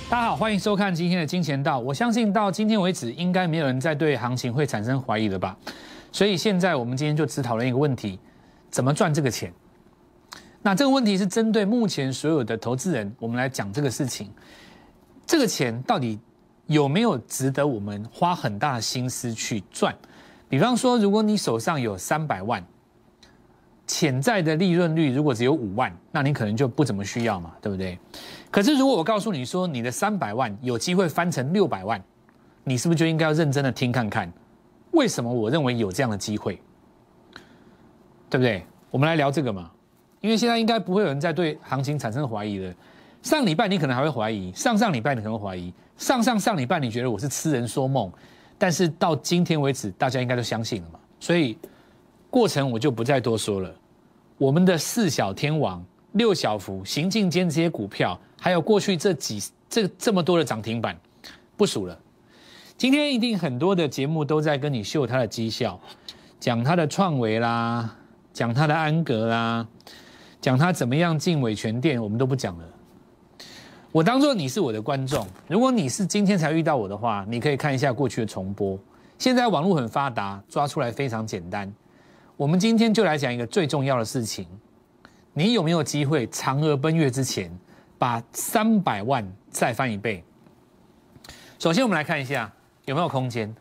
大家好，欢迎收看今天的金钱道。我相信到今天为止，应该没有人再对行情会产生怀疑了吧？所以现在我们今天就只讨论一个问题：怎么赚这个钱？那这个问题是针对目前所有的投资人，我们来讲这个事情。这个钱到底有没有值得我们花很大的心思去赚？比方说，如果你手上有300万，潜在的利润率如果只有5万，那你可能就不怎么需要嘛，对不对？可是如果我告诉你说，你的300万有机会翻成600万，你是不是就应该要认真的听看看，为什么我认为有这样的机会，对不对？我们来聊这个嘛，因为现在应该不会有人再对行情产生怀疑了。上礼拜你可能还会怀疑，上上礼拜你可能会怀疑，上礼拜你觉得我是痴人说梦，但是到今天为止，大家应该都相信了嘛。所以过程我就不再多说了。我们的4小天王、6小福、行进间这些股票，还有过去这么多的涨停板，不数了。今天一定很多的节目都在跟你秀它的绩效，讲它的创维啦，讲它的安格啦，讲它怎么样进伟全店，我们都不讲了。我当作你是我的观众，如果你是今天才遇到我的话，你可以看一下过去的重播。现在网络很发达，抓出来非常简单。我们今天就来讲一个最重要的事情，你有没有机会嫦娥奔月之前把300万再翻一倍？首先我们来看一下有没有空间。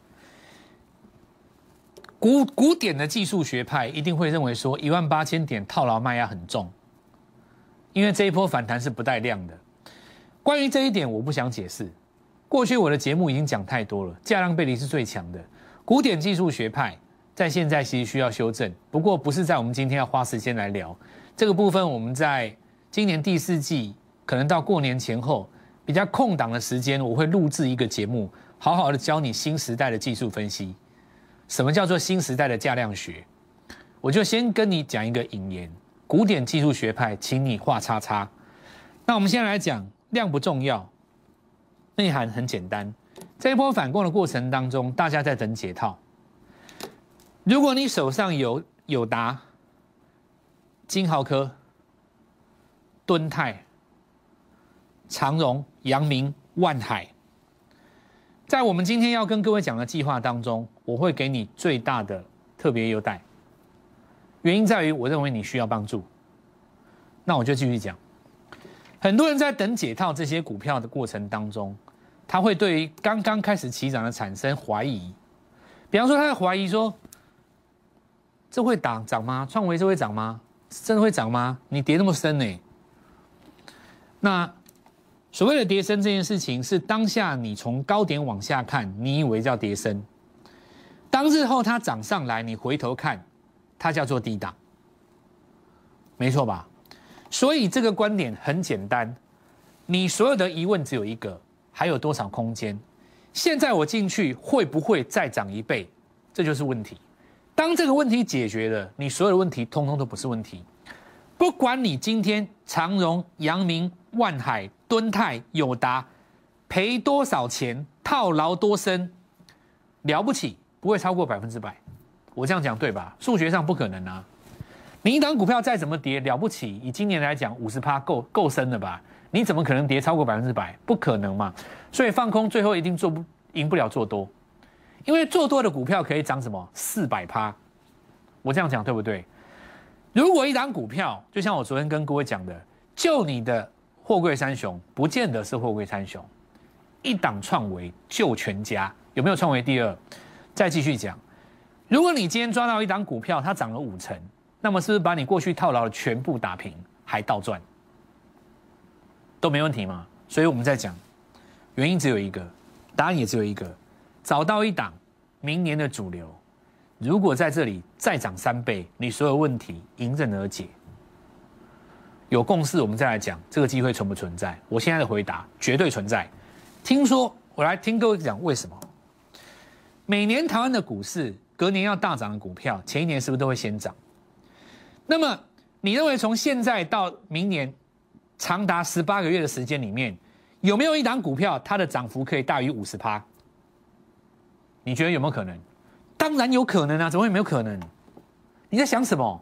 古典的技术学派一定会认为说18000点套牢卖压很重，因为这一波反弹是不带量的。关于这一点我不想解释，过去我的节目已经讲太多了，价量背离是最强的。古典技术学派在现在其实需要修正，不过不是在我们今天要花时间来聊这个部分。我们在今年第4季，可能到过年前后比较空档的时间，我会录制一个节目，好好的教你新时代的技术分析。什么叫做新时代的价量学？我就先跟你讲一个引言：古典技术学派，请你画叉叉。那我们现在来讲，量不重要，内涵很简单。这一波反攻的过程当中，大家在等解套。如果你手上有友达、金豪科、敦泰、长荣、阳明、万海，在我们今天要跟各位讲的计划当中，我会给你最大的特别优待。原因在于我认为你需要帮助。那我就继续讲。很多人在等解套这些股票的过程当中，他会对于刚刚开始起涨的产生怀疑。比方说，他会怀疑说，这会涨吗？创维这会涨吗？真的会涨吗？你跌那么深呢？那所谓的跌深这件事情，是当下你从高点往下看，你以为叫跌深；当日后它涨上来，你回头看，它叫做低档，没错吧？所以这个观点很简单，你所有的疑问只有一个：还有多少空间？现在我进去会不会再涨1倍？这就是问题。当这个问题解决了，你所有的问题通通都不是问题。不管你今天长荣、阳明、万海、敦泰、友达赔多少钱，套牢多深，了不起不会超过100%。我这样讲对吧？数学上不可能啊。你一档股票再怎么跌，了不起以今年来讲50%够深了吧？你怎么可能跌超过100%？不可能嘛。所以放空最后一定赢不了做多。因为做多的股票可以涨什么400%，我这样讲对不对？如果一档股票，就像我昨天跟各位讲的，就你的货柜三雄，不见得是货柜三雄，一档创维救全家，有没有创维第2？再继续讲，如果你今天抓到一档股票，它涨了5成，那么是不是把你过去套牢的全部打平，还倒赚，都没问题吗？所以我们在讲，原因只有一个，答案也只有一个。找到一档明年的主流，如果在这里再涨3倍，你所有问题迎刃而解。有共识，我们再来讲这个机会存不存在。我现在的回答绝对存在。听说，我来听各位讲为什么。每年台湾的股市隔年要大涨的股票，前一年是不是都会先涨？那么你认为从现在到明年长达18个月的时间里面，有没有一档股票它的涨幅可以大于50%？你觉得有没有可能？当然有可能啊，怎么会没有可能？你在想什么？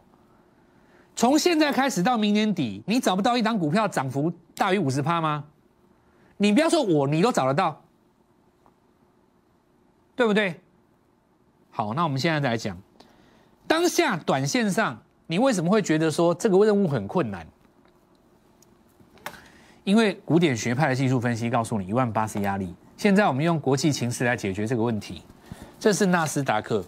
从现在开始到明年底，你找不到一档股票涨幅大于50%吗？ 你不要说你都找得到，对不对？好，那我们现在再来讲，当下短线上，你为什么会觉得说这个任务很困难？因为古典学派的技术分析告诉你18000是压力。现在我们用国际情势来解决这个问题。这是纳斯达克，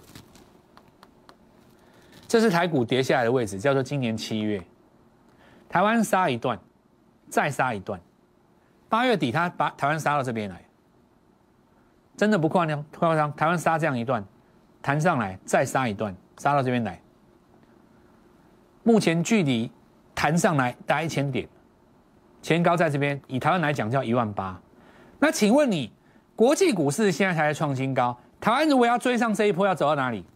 这是台股跌下来的位置，叫做今年7月，台湾杀一段，再杀一段，8月底他把台湾杀到这边来，真的不夸张，台湾杀这样一段，弹上来再杀一段，杀到这边来，目前距离弹上来大概1000点，前高在这边，以台湾来讲叫18000。那请问你，国际股市现在才创新高，台湾如果要追上这一波，要走到哪里？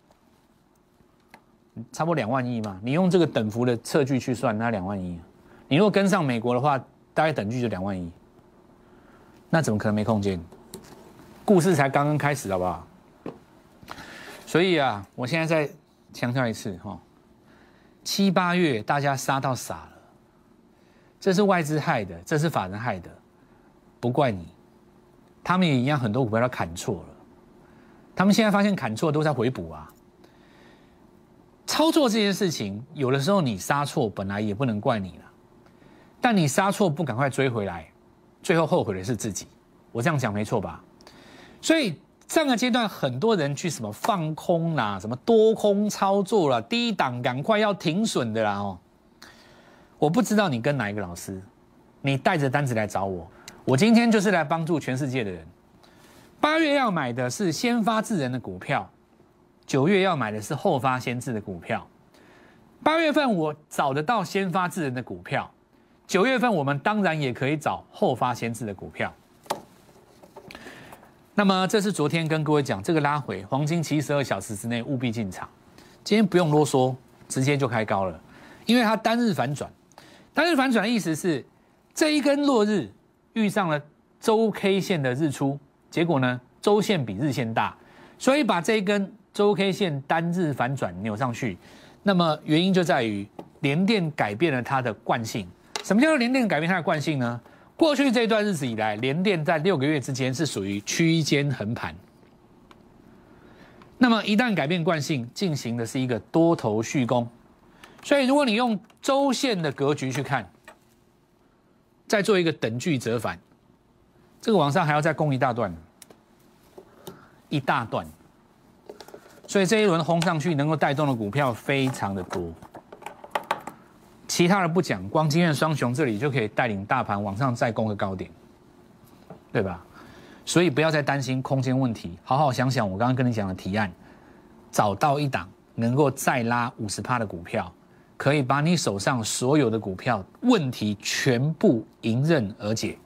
差不多2万亿嘛。你用这个等幅的测距去算，那2万亿。你如果跟上美国的话，大概等距就2万亿。那怎么可能没空间？故事才刚刚开始，好不好？所以啊，我现在再强调一次哈，7、8月大家杀到傻了，这是外资害的，这是法人害的，不怪你。他们也一样，很多股票都砍错了。他们现在发现砍错都在回补啊。操作这件事情，有的时候你杀错本来也不能怪你了，但你杀错不赶快追回来，最后后悔的是自己。我这样讲没错吧？所以上个阶段很多人去什么放空啦，什么多空操作啦，低档赶快要停损的啦哦。我不知道你跟哪一个老师，你带着单子来找我，我今天就是来帮助全世界的人。8月要买的是先发制人的股票，9月要买的是后发先至的股票。8月份我找得到先发制人的股票，9月份我们当然也可以找后发先至的股票。那么这是昨天跟各位讲，这个拉回黄金72小时之内务必进场。今天不用啰嗦，直接就开高了，因为它单日反转。单日反转的意思是，这一根落日遇上了周 K 线的日出，结果呢，周线比日线大，所以把这一根周 K 线单日反转扭上去。那么原因就在于联电改变了它的惯性。什么叫做联电改变它的惯性呢？过去这段日子以来，联电在6个月之间是属于区间横盘。那么一旦改变惯性，进行的是一个多头续攻。所以如果你用周线的格局去看，再做一个等距折返，这个往上还要再攻一大段，一大段。所以这一轮轰上去，能够带动的股票非常的多。其他的不讲，光今天的双雄这里就可以带领大盘往上再攻个高点，对吧？所以不要再担心空间问题，好好想想我刚刚跟你讲的提案，找到一档能够再拉50%的股票，可以把你手上所有的股票问题全部迎刃而解。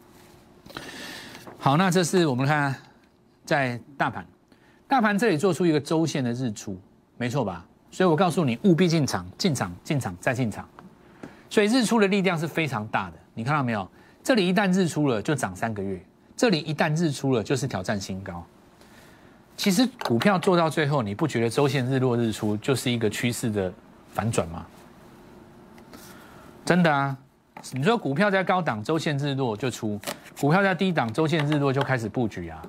好，那这是我们看在大盘这里做出一个周线的日出，没错吧？所以我告诉你，务必进场，进场，进场，再进场。所以日出的力量是非常大的，你看到没有？这里一旦日出了，就涨3个月；这里一旦日出了，就是挑战新高。其实股票做到最后，你不觉得周线日落日出就是一个趋势的反转吗？真的啊！你说股票在高档，周线日落就出；股票在低档，周线日落就开始布局啊。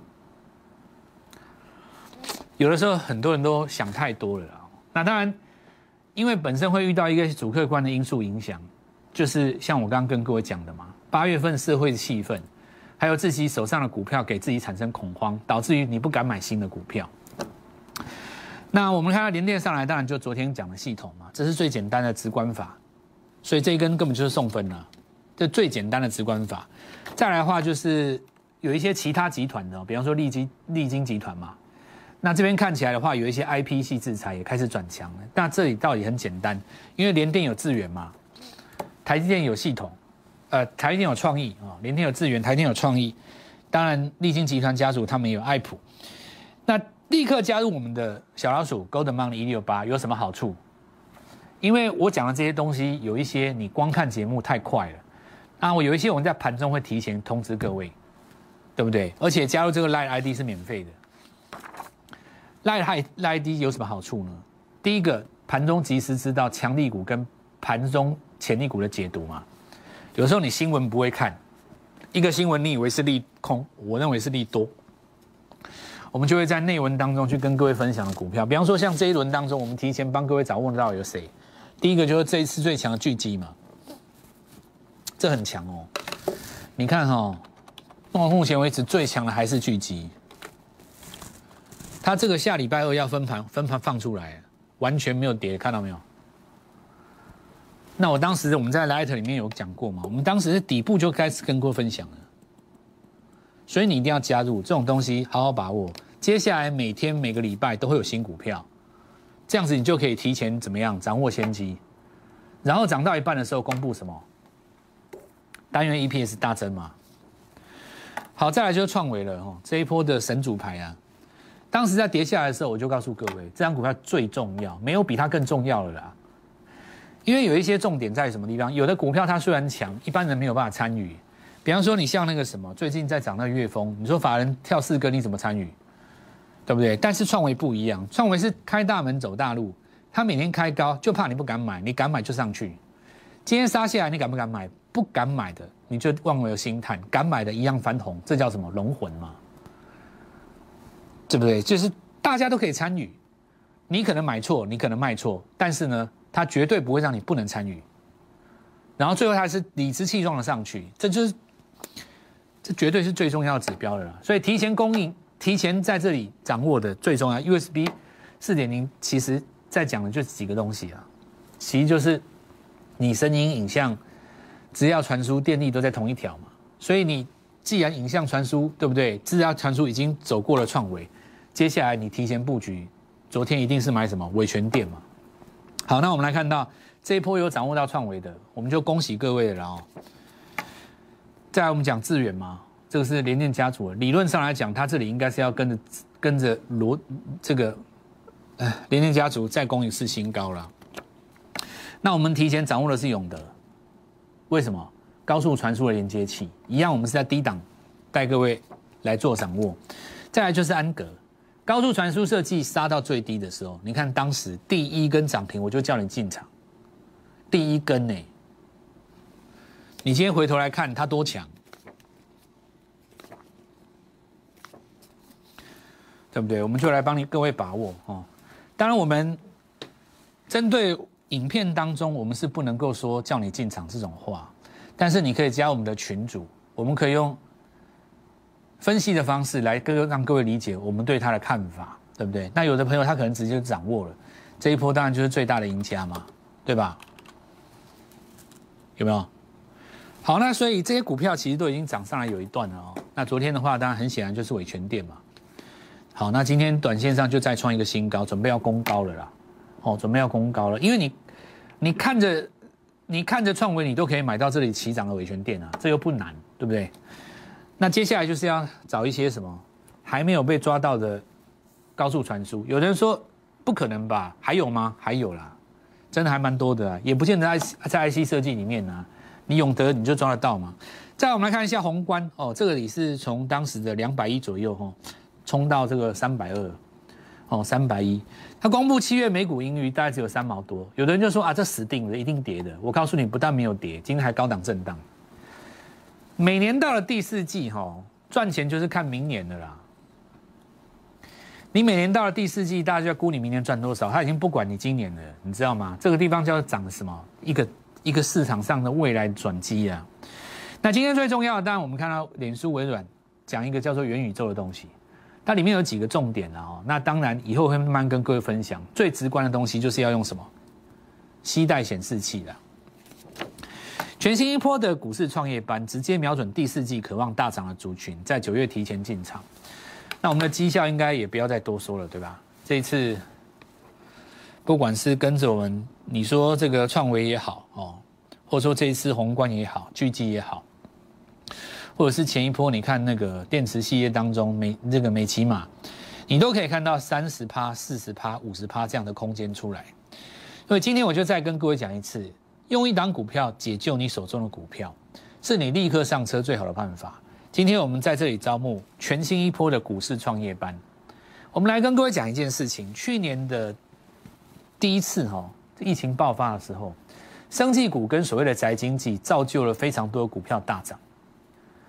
有的时候很多人都想太多了啦。那当然，因为本身会遇到一个主客观的因素影响，就是像我刚刚跟各位讲的嘛，8月份社会的气氛，还有自己手上的股票给自己产生恐慌，导致于你不敢买新的股票。那我们看到联电上来，当然就昨天讲的系统嘛，这是最简单的直观法，所以这一根根本就是送分了，这最简单的直观法。再来的话就是有一些其他集团的，比方说力晶集团嘛。那这边看起来的话，有一些 IP 系制裁也开始转强了。那这里道理很简单，因为联电有资源嘛，台积电有系统，台积电有创意啊，联电有资源，台积电有创意。当然，力晶集团家族他们也有爱普。那立刻加入我们的小老鼠 Golden Money 1668有什么好处？因为我讲的这些东西，有一些你光看节目太快了，啊，我有一些我们在盘中会提前通知各位，对不对？而且加入这个 Line ID 是免费的。Line ID 有什么好处呢？第一个，盘中及时知道强力股跟盘中潜力股的解读嘛。有时候你新闻不会看， 一个新闻你以为是利空，我认为是利多，我们就会在内文当中去跟各位分享的股票，比方说像这一轮当中，我们提前帮各位掌握到有谁？第一个就是这一次最强的巨基嘛，这很强哦。你看哦，到目前为止最强的还是巨基，它这个下礼拜二要分盘放出来，完全没有跌，看到没有？那我当时我们在 Light 里面有讲过嘛，我们当时是底部就开始跟各位分享了，所以你一定要加入这种东西，好好把握。接下来每天每个礼拜都会有新股票，这样子你就可以提前怎么样掌握先机，然后涨到一半的时候公布什么？单元 EPS 大增嘛。好，再来就是创维了哦，这一波的神主牌啊，当时在跌下来的时候，我就告诉各位，这张股票最重要，没有比它更重要了啦。因为有一些重点在什么地方？有的股票它虽然强，一般人没有办法参与。比方说，你像那个什么，最近在涨那月峰，你说法人跳4根，你怎么参与？对不对？但是创维不一样，创维是开大门走大路，它每天开高，就怕你不敢买，你敢买就上去。今天杀下来，你敢不敢买？不敢买的，你就望而兴叹；敢买的一样翻红，这叫什么龙魂嘛？对不对？就是大家都可以参与，你可能买错，你可能卖错，但是呢，它绝对不会让你不能参与。然后最后它是理直气壮的上去，这绝对是最重要的指标了啦。所以提前供应，提前在这里掌握的最重要 ，USB 4.0，其实在讲的就是几个东西啊，其实就是你声音、影像。只要传输电力都在同一条嘛，所以你既然影像传输对不对？资料传输已经走过了创维，接下来你提前布局，昨天一定是买什么伟全电嘛。好，那我们来看到这一波有掌握到创维的，我们就恭喜各位了哦。再来我们讲智原嘛，这个是联电家族的，理论上来讲，它这里应该是要跟着这个联电家族再攻一次新高了。那我们提前掌握的是永德。为什么？高速传输的连接器一样，我们是在低档带各位来做掌握。再来就是安格，高速传输设计杀到最低的时候，你看当时第一根涨停，我就叫你进场，第一根呢，你今天回头来看它多强，对不对？我们就来帮各位把握哦。当然，我们针对影片当中，我们是不能够说叫你进场这种话，但是你可以加我们的群组，我们可以用分析的方式来让各位理解我们对他的看法，对不对？那有的朋友他可能直接掌握了这一波，当然就是最大的赢家嘛，对吧？有没有？好，那所以这些股票其实都已经涨上来有一段了哦。那昨天的话，当然很显然就是伟全电嘛。好，那今天短线上就再创一个新高，准备要攻高了啦。哦，准备要攻高了，因为你看着创维，你都可以买到这里起涨的伟全电啊，这又不难，对不对？那接下来就是要找一些什么还没有被抓到的高速传输。有人说不可能吧？还有吗？还有啦，真的还蛮多的啊，也不见得在 IC 设计里面啊。你永德你就抓得到嘛？再来我们来看一下宏观哦，这个里是从当时的210左右哦，冲到这个320。哦，310，它公布7月美股盈余大概只有3毛多，有的人就说啊，这死定了，一定跌的。我告诉你，不但没有跌，今天还高档震荡。每年到了第4季，赚钱就是看明年的啦。你每年到了第4季，大家就要估你明年赚多少，他已经不管你今年了，你知道吗？这个地方叫涨什么？一个市场上的未来转机啊。那今天最重要的，当然我们看到脸书、微软讲一个叫做元宇宙的东西。它里面有几个重点啊，那当然以后会慢慢跟各位分享。最直观的东西就是要用什么？携带显示器啦。全新一波的股市创业班，直接瞄准第4季渴望大涨的族群，在9月提前进场。那我们的绩效应该也不要再多说了，对吧？这一次不管是跟着我们，你说这个创维也好哦，或者说这一次宏观也好，巨基也好。或者是前一波，你看那个电池系列当中，美骑马，你都可以看到30%、40%、50%这样的空间出来。所以今天我就再跟各位讲一次，用一档股票解救你手中的股票，是你立刻上车最好的办法。今天我们在这里招募全新一波的股市创业班，我们来跟各位讲一件事情。去年的第一次疫情爆发的时候，生技股跟所谓的宅经济造就了非常多的股票大涨。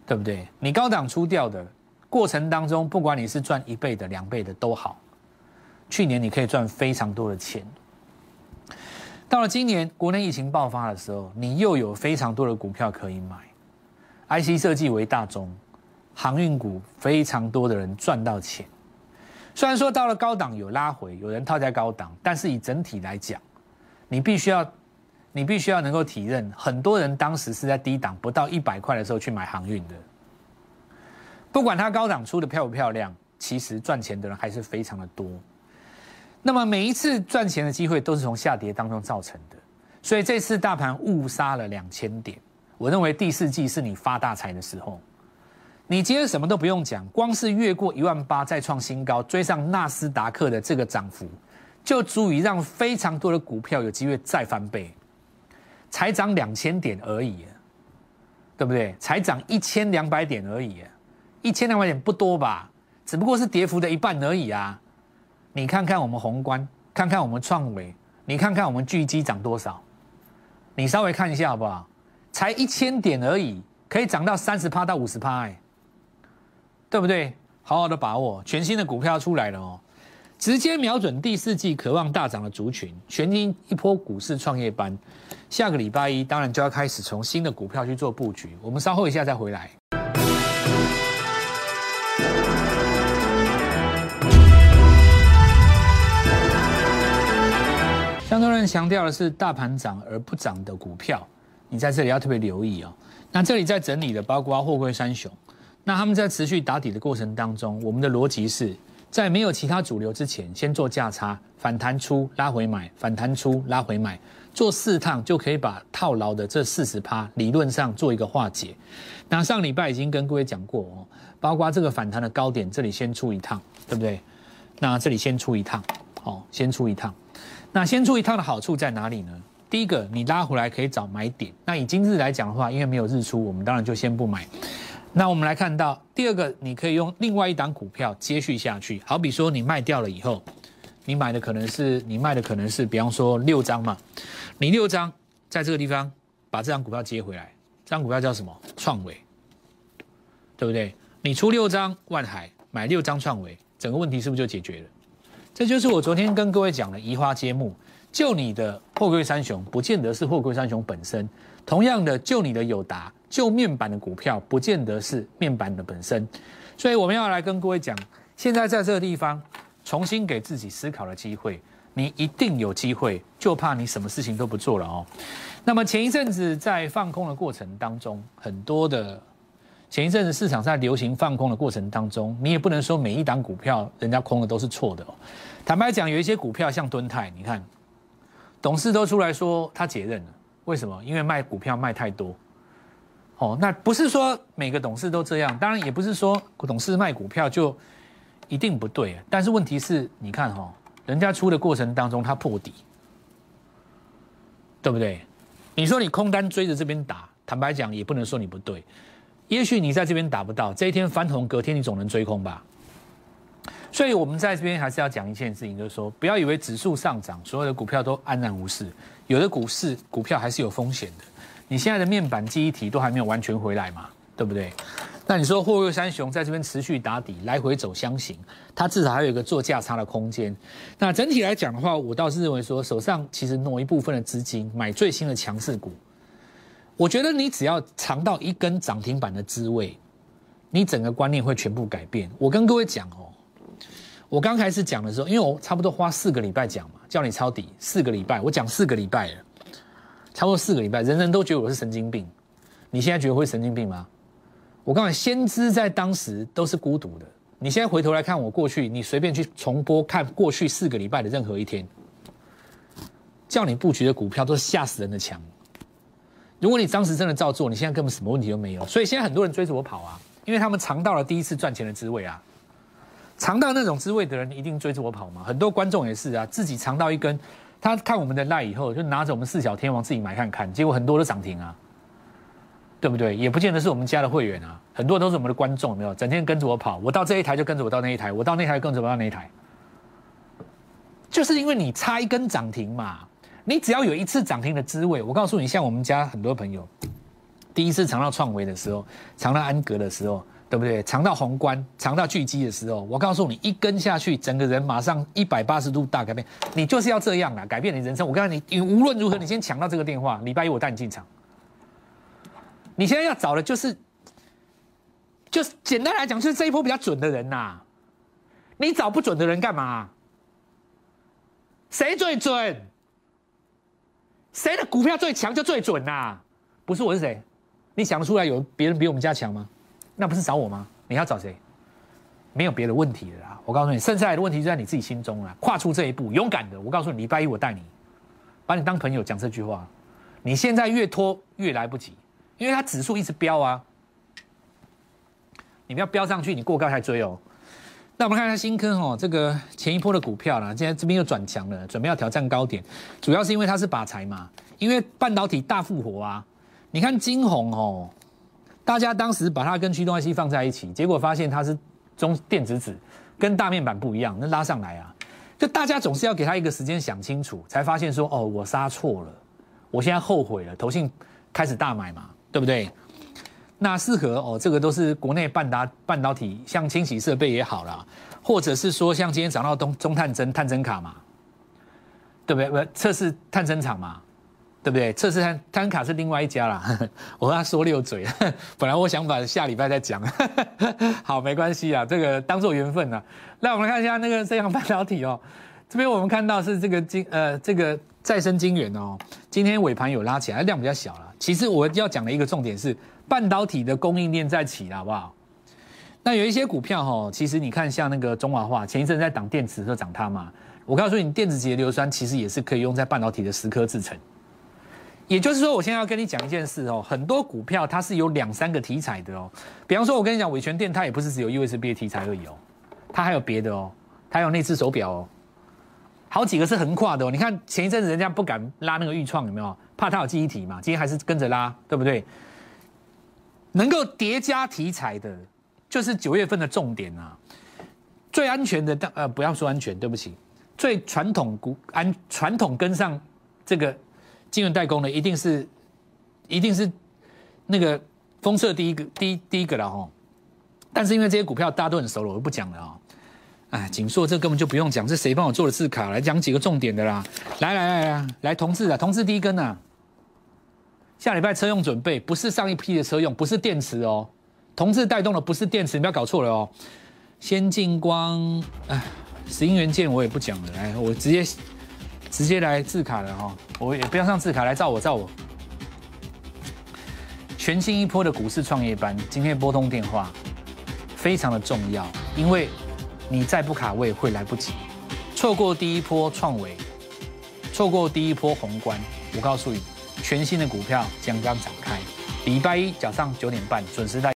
对不对？你高档出掉的过程当中，不管你是赚1倍的、2倍的都好，去年你可以赚非常多的钱。到了今年国内疫情爆发的时候，你又有非常多的股票可以买 ，IC 设计为大宗，航运股非常多的人赚到钱。虽然说到了高档有拉回，有人套在高档，但是以整体来讲，你必须要能够体认，很多人当时是在低档不到100块的时候去买航运的。不管它高档出的漂不漂亮，其实赚钱的人还是非常的多。那么每一次赚钱的机会都是从下跌当中造成的，所以这次大盘误杀了2000点，我认为第4季是你发大财的时候。你今天什么都不用讲，光是越过18000再创新高，追上纳斯达克的这个涨幅，就足以让非常多的股票有机会再翻倍。才涨2000点而已，对不对？才涨1200点而已，1200点不多吧？只不过是跌幅的一半而已啊！你看看我们宏观，看看我们创维，你看看我们巨基涨多少？你稍微看一下好不好？才1000点而已，可以涨到30%到50%，对不对？好好的把握，全新的股票出来了哦，直接瞄准第4季渴望大涨的族群，全新一波股市创业班。下个礼拜一当然就要开始从新的股票去做布局，我们稍后一下再回来。相当人强调的是大盘涨而不涨的股票，你在这里要特别留意哦。那这里在整理的包括货柜三雄，那他们在持续打底的过程当中，我们的逻辑是在没有其他主流之前，先做价差，反弹出拉回买，反弹出拉回买，做4趟就可以把套牢的这40%理论上做一个化解。那上礼拜已经跟各位讲过哦，包括这个反弹的高点，这里先出一趟，对不对？那这里先出一趟，哦，先出一趟。那先出一趟的好处在哪里呢？第一个，你拉回来可以找买点。那以今日来讲的话，因为没有日出，我们当然就先不买。那我们来看到第二个，你可以用另外一档股票接续下去。好比说你卖掉了以后，你卖的可能是，比方说6张嘛，你6张在这个地方把这张股票接回来，这张股票叫什么？创维，对不对？你出6张万海，买6张创维，整个问题是不是就解决了？这就是我昨天跟各位讲的移花接木。就你的货柜三雄，不见得是货柜三雄本身；同样的，就你的友达，就面板的股票，不见得是面板的本身。所以我们要来跟各位讲，现在在这个地方重新给自己思考的机会，你一定有机会，就怕你什么事情都不做了哦。那么前一阵子在放空的过程当中，前一阵子市场在流行放空的过程当中，你也不能说每一档股票人家空的都是错的哦。坦白讲，有一些股票像敦泰，你看董事都出来说他解任了，为什么？因为卖股票卖太多。哦，那不是说每个董事都这样，当然也不是说董事卖股票就一定不对。但是问题是，你看哈，人家出的过程当中他破底，对不对？你说你空单追着这边打，坦白讲也不能说你不对。也许你在这边打不到，这一天翻红，隔天你总能追空吧。所以我们在这边还是要讲一件事情，就是说，不要以为指数上涨，所有的股票都安然无事，有的股票还是有风险的。你现在的面板记忆体都还没有完全回来嘛，对不对？那你说货柜三雄在这边持续打底，来回走箱型，它至少还有一个做价差的空间。那整体来讲的话，我倒是认为说，手上其实挪一部分的资金买最新的强势股。我觉得你只要尝到一根涨停板的滋味，你整个观念会全部改变。我跟各位讲哦，我刚开始讲的时候，因为我差不多花4个礼拜讲嘛，叫你抄底4个礼拜，我讲4个礼拜了，差不多4个礼拜，人人都觉得我是神经病。你现在觉得会神经病吗？我告诉你，先知在当时都是孤独的。你现在回头来看我过去，你随便去重播看过去4个礼拜的任何一天，叫你布局的股票都是吓死人的强。如果你当时真的照做，你现在根本什么问题都没有。所以现在很多人追着我跑啊，因为他们尝到了第一次赚钱的滋味啊。尝到那种滋味的人一定追着我跑嘛。很多观众也是啊，自己尝到一根，他看我们的赖以后，就拿着我们4小天王自己买看看，结果很多都涨停啊，对不对？也不见得是我们家的会员啊，很多都是我们的观众，有没有？整天跟着我跑，我到这一台就跟着我到那一台，我到那一台就跟着我到那一台，就是因为你差一根涨停嘛。你只要有一次涨停的滋味，我告诉你，像我们家很多朋友， 第一次尝到创维的时候，尝到安格的时候，对不对？尝到宏观，尝到巨基的时候，我告诉你，一根下去，整个人马上180度大改变。你就是要这样啦，改变你人生。我告诉你，你无论如何，你先抢到这个电话，礼拜一我带你进场。你现在要找的就是简单来讲，就是这一波比较准的人呐。你找不准的人干嘛？谁最准？谁的股票最强就最准呐？不是我是谁？你想得出来有别人比我们家强吗？那不是找我吗？你要找谁？没有别的问题了啦。我告诉你，剩下来的问题就在你自己心中啦。跨出这一步，勇敢的。我告诉你，礼拜一我带你，把你当朋友讲这句话。你现在越拖越来不及，因为它指数一直飙啊。你不要飙上去，你过高才追哦。那我们看一下新科哦，这个前一波的股票啦，现在这边又转强了，准备要挑战高点，主要是因为它是靶材嘛，因为半导体大复活啊。你看金鸿哦，大家当时把它跟驱动 IC 放在一起，结果发现它是电子纸，跟大面板不一样，那拉上来啊，就大家总是要给他一个时间想清楚，才发现说哦，我杀错了，我现在后悔了，投信开始大买嘛，对不对？那适合哦，这个都是国内半导体，像清洗设备也好啦，或者是说像今天涨到中探针卡嘛，对不对？测试探针厂嘛，对不对？测试探针卡是另外一家啦，我和他说溜嘴，本来我想把下礼拜再讲，好，没关系啊，这个当做缘分啊。那我们看一下那个这样半导体哦，这边我们看到是这个再生晶圆哦，今天尾盘有拉起来，量比较小了。其实我要讲的一个重点是，半导体的供应链在起了，好不好？那有一些股票哈，其实你看像那个中华化，前一阵在挡电池的时候涨它嘛。我告诉你，电子级的硫酸其实也是可以用在半导体的蚀刻制程。也就是说，我现在要跟你讲一件事哦，很多股票它是有2、3个题材的哦。比方说，我跟你讲，伟权电它也不是只有 USB 的题材而已哦，它还有别的哦，它还有内置手表哦。好几个是横跨的哦，你看前一阵子人家不敢拉那个裕创有没有？怕它有记忆体嘛，今天还是跟着拉，对不对？能够叠加题材的，就是9月份的重点啊。最安全的，不要说安全，对不起，最传统跟上这个晶圆代工的，一定是那个封测第一个了哈。但是因为这些股票大家都很熟了，我就不讲了啊。哎，景硕这根本就不用讲，这谁帮我做的字卡？来讲几个重点的啦。来，同志啊，同志第一根啊，下礼拜车用准备，不是上一批的车用，不是电池哦，同志带动的不是电池，你不要搞错了哦。先进光，石英元件我也不讲了，来，我直接来字卡了哈，我也不要上字卡，来照我。全新一波的股市创业班，今天拨通电话，非常的重要，因为你再不卡位会来不及，错过第一波创维，错过第一波宏观，我告诉你，全新的股票将展开。礼拜一早上9点半准时带。